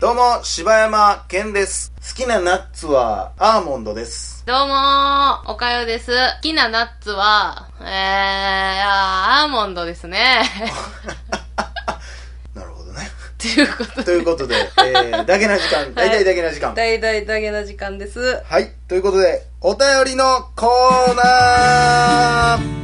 どうも、柴山健です。好きなナッツはアーモンドです。 どうもおかよです。好きなナッツは、アーモンドですね。 なるほどね。 ということで。 だけな時間、大々だけな時間。 大々だけな時間です。 はい、ということで、お便りのコーナー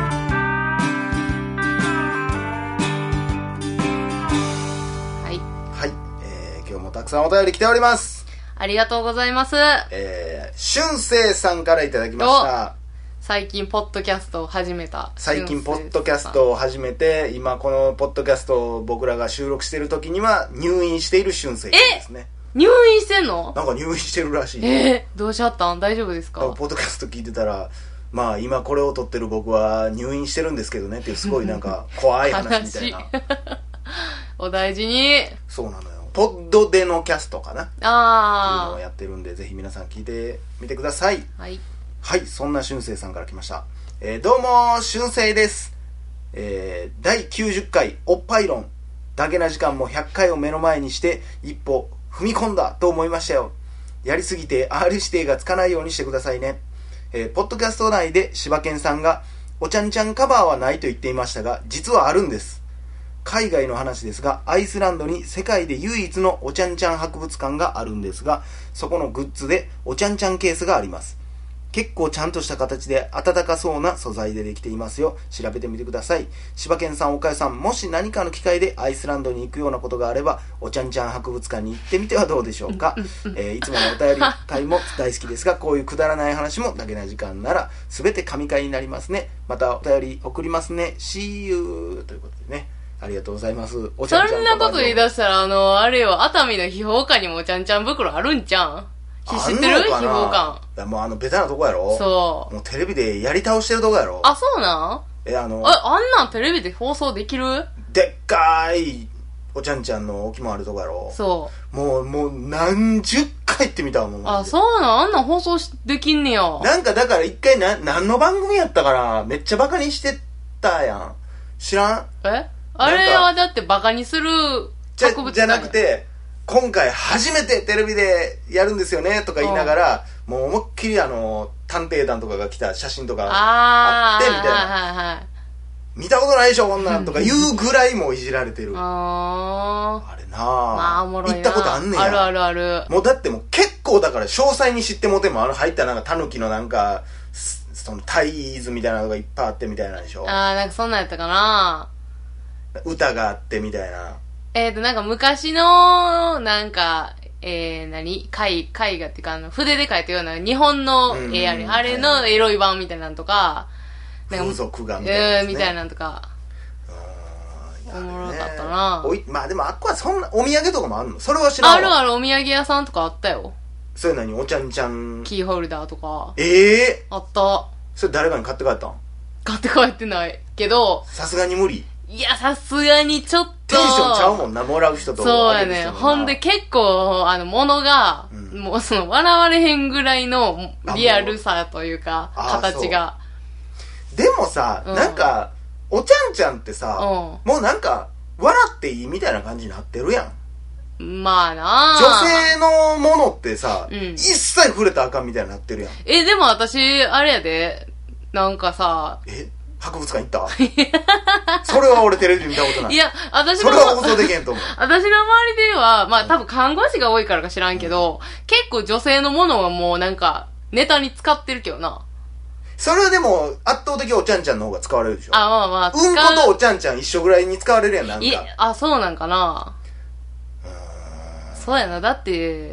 たくさんお便り来ております。 ありがとうございます。 俊生さんからいただきました。 最近ポッドキャストを始めた。 最近ポッドキャストを始めて、今このポッドキャストを僕らが収録している時には入院している俊生さんですね。 入院してんの？ なんか入院してるらしい。 どうしちゃったん？大丈夫ですか？ ポッドキャスト聞いてたら、まあ今これを撮ってる僕は入院してるんですけどねっていうすごいなんか怖い話みたいな。 お大事に。 そうなのよ。ポッドでのキャストかなっていうのをやってるんで、ぜひ皆さん聞いてみてください。 はい。 はい、そんな俊生さんから来ました。どうも、俊生です。第90回おっぱい論。だけな時間も100回を目の前にして一歩踏み込んだと思いましたよ。やりすぎて R 指定がつかないようにしてくださいね。ポッドキャスト内で柴犬さんがおちゃんちゃんカバーはないと言っていましたが、実はあるんです。海外の話ですが、アイスランドに世界で唯一のおちゃんちゃん博物館があるんですが、そこのグッズでおちゃんちゃんケースがあります。結構ちゃんとした形で温かそうな素材でできていますよ。調べてみてください。柴犬さん、岡谷さん、もし何かの機会でアイスランドに行くようなことがあれば、おちゃんちゃん博物館に行ってみてはどうでしょうか。いつものお便り会も大好きですが、こういうくだらない話もだけな時間なら全て神回になりますね。またお便り送りますね。See you ということでね。ありがとうございます。おちゃんちゃんそんなこと言い出したら、あれよ、熱海の秘宝館にもおちゃんちゃん袋あるんちゃん？知ってる？秘宝館。 いや、もうベタなとこやろ？ そう。 もうテレビでやり倒してるとこやろ？ あ、そうなん？あんなんテレビで放送できる？ でっかいおちゃんちゃんの置物あるとこやろ？ そう。 もう何十回行ってみたわ、もう。 あ、そうなん？あんなん放送できんねや。 なんかだから一回何の番組やったかな？めっちゃバカにしてたやん。知らん？ あれはだってバカにする博物館じゃなくて、今回初めてテレビでやるんですよねとか言いながら、もう思いっきり探偵団とかが来た写真とかあってみたいな、 はい、 見たことないでしょこんなんとか言うぐらいもういじられてる。あれなぁ、 まあおもろいな。 行ったことあんねや。 ある。 もうだってもう結構だから詳細に知ってもても入ったなんかタヌキのなんかそのタイズみたいなのがいっぱいあってみたいなんでしょ。 なんかそんなんやったかな。 歌があってみたいな。 なんか昔の、なんか、絵画っていうか、筆で描いたような日本の絵やね、あれのエロい版みたいなんとか、 なんか風俗画みたいなやつね、 みたいなんとか。おもろかったな。 まあでもあっこはそんな、お土産とかもあるの？それは知らんわ。 ある、お土産屋さんとかあったよ。 それ何？おちゃんちゃん。 キーホルダーとか。 あった。 それ誰かに買って帰ったん？ 買って帰ってないけど。 さすがに無理。 いや、さすがにちょっと。 テンションちゃうもんな、もらう人と。 そうやね。ほんで結構、物が、もう笑われへんぐらいのリアルさというか、形が。 でもさ、なんか、おちゃんちゃんってさ、もうなんか、笑っていいみたいな感じになってるやん。まあなぁ。 女性のものってさ、一切触れたらあかんみたいになってるやん。 でも私、あれやで、なんかさ、 博物館行ったそれは俺テレビで見たことない。 いや、 それは放送できへんと思う。 私の周りでは、まあ多分看護師が多いからか知らんけど、結構女性のものはもうなんか、ネタに使ってるけどな。 それはでも、圧倒的おちゃんちゃんの方が使われるでしょ。 まあ。 うんことおちゃんちゃん一緒ぐらいに使われるやん、なんか。 そうなんかな。そうやな。だって、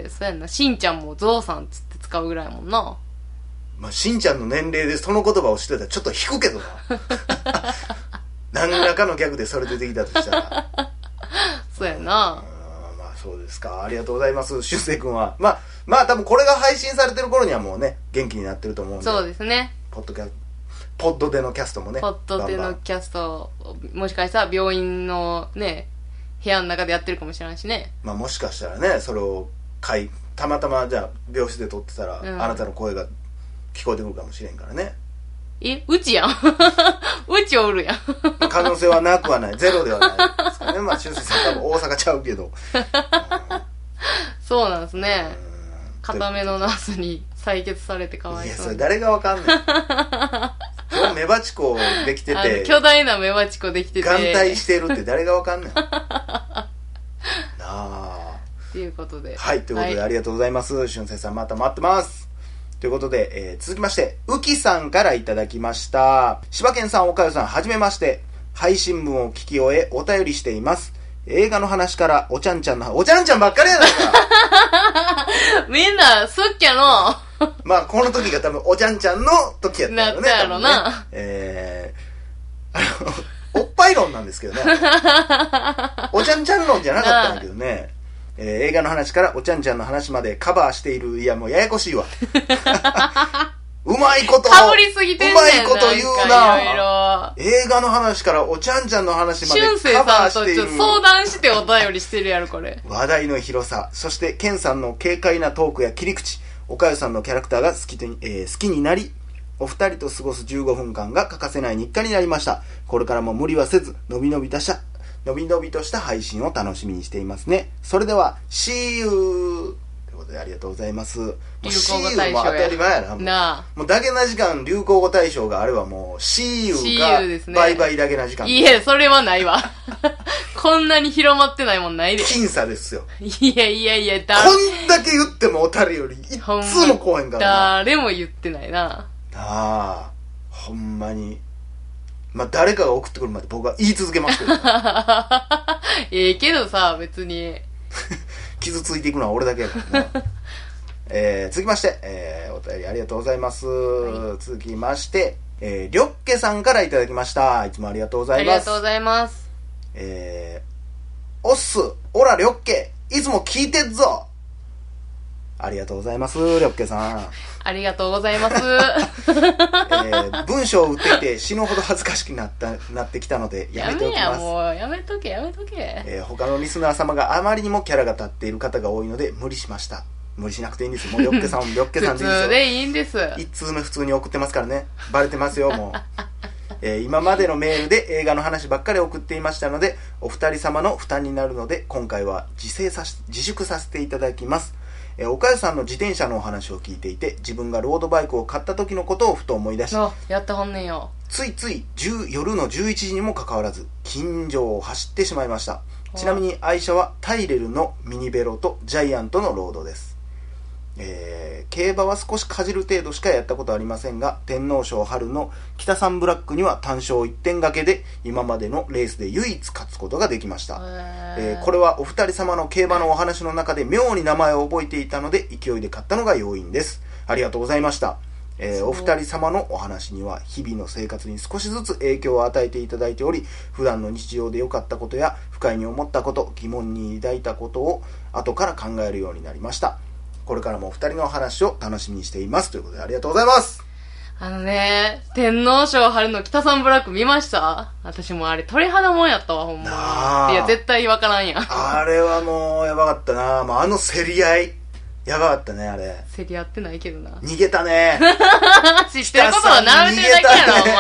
そうやな。しんちゃんもゾウさんつって使うぐらいやもんな。 まあ、しんちゃんの年齢でその言葉を知ってたらちょっと引くけどな。何らかのギャグでそれ出てきたとしたら。 そうやな。 まあそうですか。ありがとうございます。しゅうせい君は。まあ多分これが配信されてる頃にはもうね、元気になってると思うんで。 そうですね。 ポッドでのキャストもね。 ポッドでのキャスト、もしかしたら病院のね、部屋の中でやってるかもしれないしね。 まあもしかしたらね、それをたまたまじゃあ病室で撮ってたら、あなたの声が聞こえてくるかもしれんからね。 うちやん。うちおるやん。 可能性はなくはない。ゼロではないですかね。まあ、しゅうせいさん多分大阪ちゃうけど。 そうなんですね。固めのナースに採血されてかわいいや、 そうに。 それ誰がわかんない。今日メバチコできてて、 巨大なメバチコできてて。 眼帯してるって誰がわかんない。なあ。 っていうことで。 はい、ということで、ありがとうございます。俊生さんまた待ってます。ということで、続きまして、うきさんからいただきました。柴犬さん、おかよさん、はじめまして。配信文を聞き終え、お便りしています。映画の話からおちゃんちゃんの、おちゃんちゃんばっかりやないか。 みんな、すっきゃの。 まあ、この時が多分、おちゃんちゃんの時やったよね。 なったやろな。 おっぱい論なんですけどね。おちゃんちゃん論じゃなかったんだけどね。映画の話からおちゃんちゃんの話までカバーしている。いや、もうややこしいわ。うまいことかぶりすぎてんねん。 うまいこと言うな。 いろいろ映画の話からおちゃんちゃんの話まで俊生カバさんーしている。 と相談してお便りしてるやろ、これ。 話題の広さ、そしてケンさんの軽快なトークや切り口、おかゆさんのキャラクターが好きになり、お二人と過ごす15分間が欠かせない日課になりました。これからも無理はせず、のびのびとした配信を楽しみにしていますね。それでは、See you! ということでありがとうございます。 流行語大賞や。 もう当たり前やな。 なあ。 もうだけな時間流行語大賞があればもう See you が See you ですね。 バイバイだけな時間。 いえ、それはないわ。こんなに広まってないもんないで。 僅差ですよ。 いやいやいや、 こんだけ言ってもおたるよりいつも来へんからな。 誰も言ってないな。 ああ、ほんまに。まあ、誰かが送ってくるまで僕は言い続けますけど。 ええけどさ、別に。 傷ついていくのは俺だけやからな。続きまして、お便りありがとうございます。はい、続きまして、りょっけさんからいただきました。いつもありがとうございます。 ありがとうございます。 おっす、おらりょっけ、いつも聞いてっぞ。ありがとうございます、りょっけさん。 ありがとうございます。 文章を打っていて死ぬほど恥ずかしくなってきたのでやめておきます。 やめや、もうやめとけ。 他のリスナー様があまりにもキャラが立っている方が多いので無理しました。無理しなくていいんですよ。もうりょっけさんでいいですよ。 普通でいいんです。 1通目普通に送ってますからね。バレてますよ、もう。今までのメールで映画の話ばっかり送っていましたので、お二人様の負担になるので今回は自粛させていただきます。岡谷さんの自転車のお話を聞いていて、自分がロードバイクを買った時のことをふと思い出し、 やってはんねんよ。 ついつい夜の11時にもかかわらず近所を走ってしまいました。ちなみに愛車はタイレルのミニベロとジャイアントのロードです。競馬は少しかじる程度しかやったことありませんが、天皇賞春の北三ブラックには単勝1点掛けで今までのレースで唯一勝つことができました。これはお二人様の競馬のお話の中で妙に名前を覚えていたので勢いで勝ったのが要因です。ありがとうございました。お二人様のお話には日々の生活に少しずつ影響を与えていただいており、普段の日常で良かったことや不快に思ったこと、疑問に抱いたことを後から考えるようになりました。これからもお二人のお話を楽しみにしています。ということでありがとうございます。 天皇賞春の北三ブラック見ました？私もあれ鳥肌もんやったわ、ほんま。いや、絶対わからんやん。 あれはもうやばかったな。もうあの競り合いやばかったね、あれ。 競り合ってないけどな。 逃げたね。 知ってることは並べてるだけやろ、お前。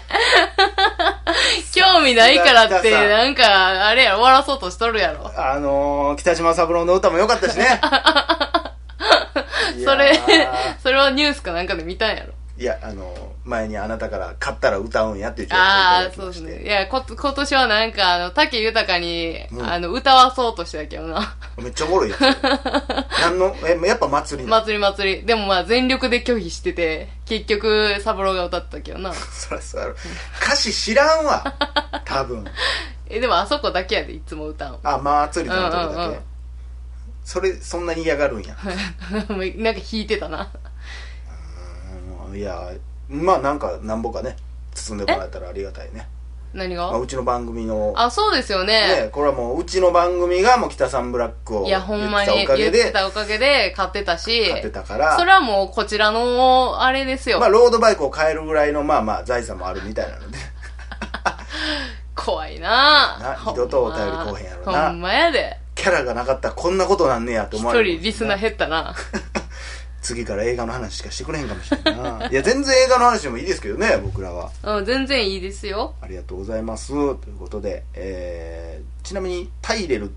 興味ないからって、なんか、あれやろ、終わらそうとしとるやろ。 北島三郎の歌も良かったしね。 それはニュースかなんかで見たんやろ。 いや、前にあなたから買ったら歌うんやっていう情報をいああ、 ただきまして。 そうですね。いや、今年はなんか、武豊に、歌わそうとしてたけどな。 めっちゃおもろいやつ。やっぱ祭り祭り。でもまあ、全力で拒否してて、結局、三郎が歌ってたけどな。 そらそうやろ。歌詞知らんわ。多分。 でもあそこだけやで、いつも歌う。 祭りのとこだけ。そんなに嫌がるんや。 なんか弾いてたな。 いや、まあなんかなんぼかね包んでもらえたらありがたいね。 何が？ うちの番組のそうですよね。 これはもううちの番組がもう北三ブラックを言ってたおかげで買ってたし、 買ってたから、 それはもうこちらのあれですよ。 まあロードバイクを買えるぐらいのまあ財産もあるみたいなので怖いな。 二度とお便りこうへんやろな。 ほんまやで。 キャラがなかったらこんなことなんねやと思われる。 一人リスナー減ったな。 次から映画の話しかしてくれへんかもしれんな。いや、全然映画の話でもいいですけどね、僕らは。 全然いいですよ。 ありがとうございます。ということで、ちなみにタイレルっ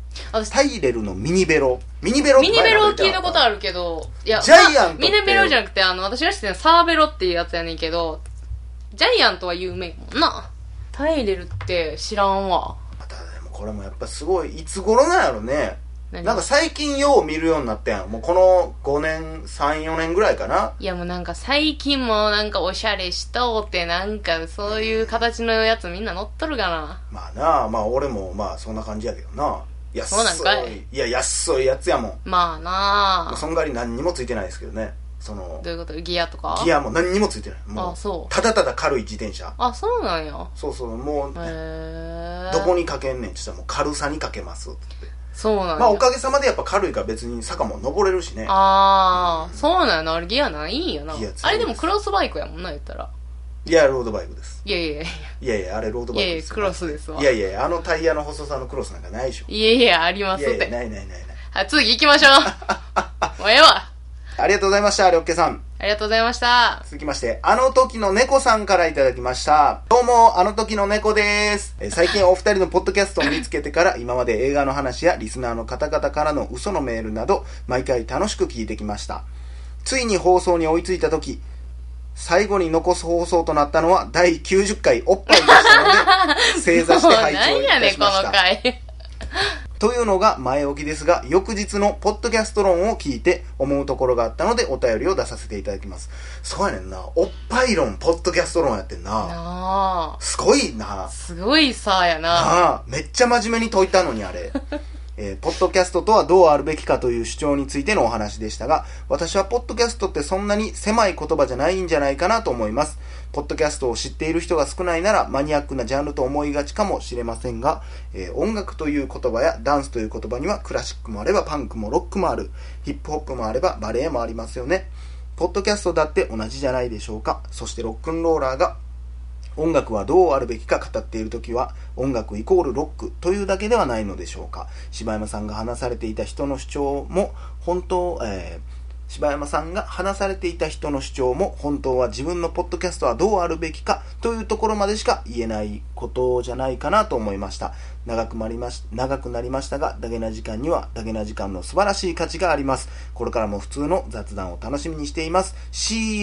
タイレルのミニベロって前なんか言ってなかった。 聞いたことあるけど、いや、 ジャイアントって、 ミニベロじゃなくて、私が知ってるのはサーベロっていうやつやねんけど、ジャイアントは有名もんな。タイレルって知らんわ。 またでもこれもやっぱすごい、いつ頃なんやろね。なんか最近よう見るようになったやん。もうこの5年、3、4年ぐらいかな。 いやもうなんか最近もなんかおしゃれしとってなんかそういう形のやつみんな乗っとるかな。 まあなあ、まあ俺もまあそんな感じやけどな。 そうなんかい。 いや、安いやつやもん。 まあなあ。 そんがり何にもついてないですけどね。 どういうこと？ギアとか？ ギアも何にもついてない。もう、 あ、そう。 ただただ軽い自転車。 あ、そうなんや。 そう、もう、どこにかけんねんって言ったらもう軽さにかけますって。 そうなんや。 まあおかげさまでやっぱ軽いから別に坂も登れるしね。 そうなんやな。あれギアないんやな。あれでもクロスバイクやもんな、言ったら。 いや、ロードバイクです。 いや、 あれロードバイクです。 クロスですわ。 いや、あのタイヤの細さのクロスなんかないでしょ。 いや、ありますって。 ない。 はい、次行きましょう。もうええわ。 ありがとうございました、りょっけさん。 ありがとうございました。 続きまして、あの時の猫さんからいただきました。どうも、あの時の猫です。最近お二人のポッドキャストを見つけてから、今まで映画の話やリスナーの方々からの嘘のメールなど、毎回楽しく聞いてきました。ついに放送に追いついた時、最後に残す放送となったのは第90回おっぱいでしたので、正座して拝聴いたしました。 何やねん、この回。 というのが前置きですが、翌日のポッドキャスト論を聞いて思うところがあったのでお便りを出させていただきます。そうやねんな。おっぱい論、ポッドキャスト論やってんな。すごいな。 すごいさやな。 めっちゃ真面目に解いたのにあれ。ポッドキャストとはどうあるべきかという主張についてのお話でしたが、私はポッドキャストってそんなに狭い言葉じゃないんじゃないかなと思います。ポッドキャストを知っている人が少ないならマニアックなジャンルと思いがちかもしれませんが、音楽という言葉やダンスという言葉にはクラシックもあればパンクもロックもある、ヒップホップもあればバレエもありますよね。ポッドキャストだって同じじゃないでしょうか。そしてロックンローラーが音楽はどうあるべきか語っているときは音楽イコールロックというだけではないのでしょうか。柴山さんが話されていた人の主張も本当、柴山さんが話されていた人の主張も本当は自分のポッドキャストはどうあるべきかというところまでしか言えないことじゃないかなと思いました。長くなりましたが、ダゲな時間にはダゲな時間の素晴らしい価値があります。これからも普通の雑談を楽しみにしています。See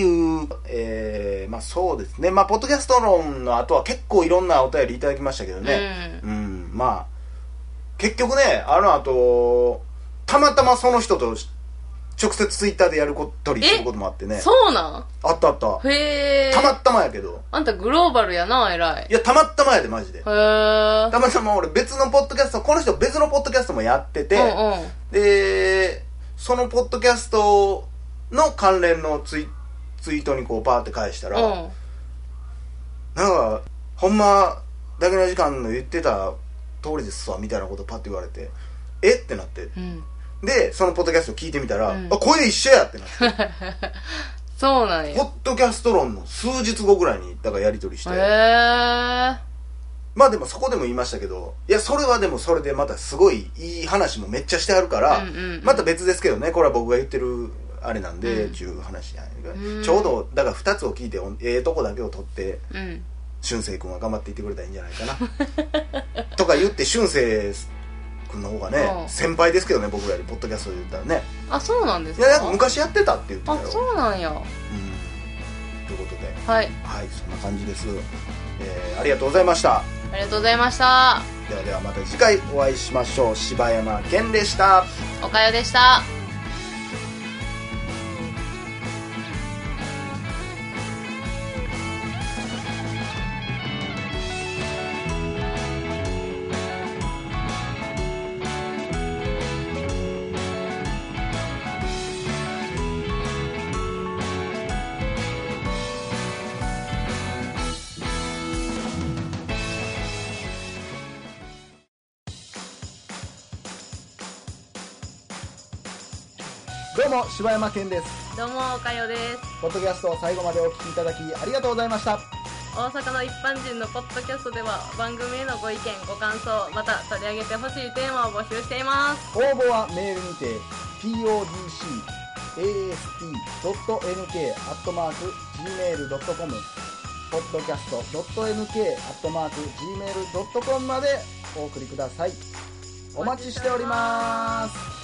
you。まあそうですね。まあポッドキャスト論の後は結構いろんなお便りいただきましたけどね。まあ結局ね、あの後たまたまその人と直接ツイッターでやることりすることもあってね。 そうなん？ あった。 へー。 たまったまやけど。 あんたグローバルやな、偉い。 いや、たまったまやで、マジで。 へー。 たまたま俺別のポッドキャスト、この人別のポッドキャストもやってて、で、そのポッドキャストの関連のツイートにこうパーって返したら、なんか、ほんま、だけの時間の言ってた通りですわ、みたいなことパッて言われて、えってなって。で、そのポッドキャスト聞いてみたら、声一緒やってなって。 そうなんや。 ポッドキャスト論の数日後ぐらいに、だからやり取りして。まあでもそこでも言いましたけど、いや、それはでもそれでまたすごいいい話もめっちゃしてあるから、また別ですけどね、これは僕が言ってるあれなんで、ちゅう話じゃないか。ちょうど、だから2つを聞いて、とこだけを取って、俊生君は頑張っていってくれたらいいんじゃないかな。とか言って、俊生君の方がね、先輩ですけどね、僕らよりポッドキャストで言ったらね。 あ、そうなんですか？ いや、昔やってたって言ってたよ。 あ、そうなんや。 ということで、 はい、 そんな感じです。ありがとうございました。 ありがとうございました。 ではまた次回お会いしましょう。柴山健でした。 おかよでした。 どうも柴山健です。 どうもおかよです。 ポッドキャストを最後までお聞きいただきありがとうございました。 大阪の一般人のポッドキャストでは番組へのご意見ご感想また取り上げてほしいテーマを募集しています。 応募はメールにて podcast.nk@gmail.com podcast.nk@gmail.com までお送りください。 お待ちしております。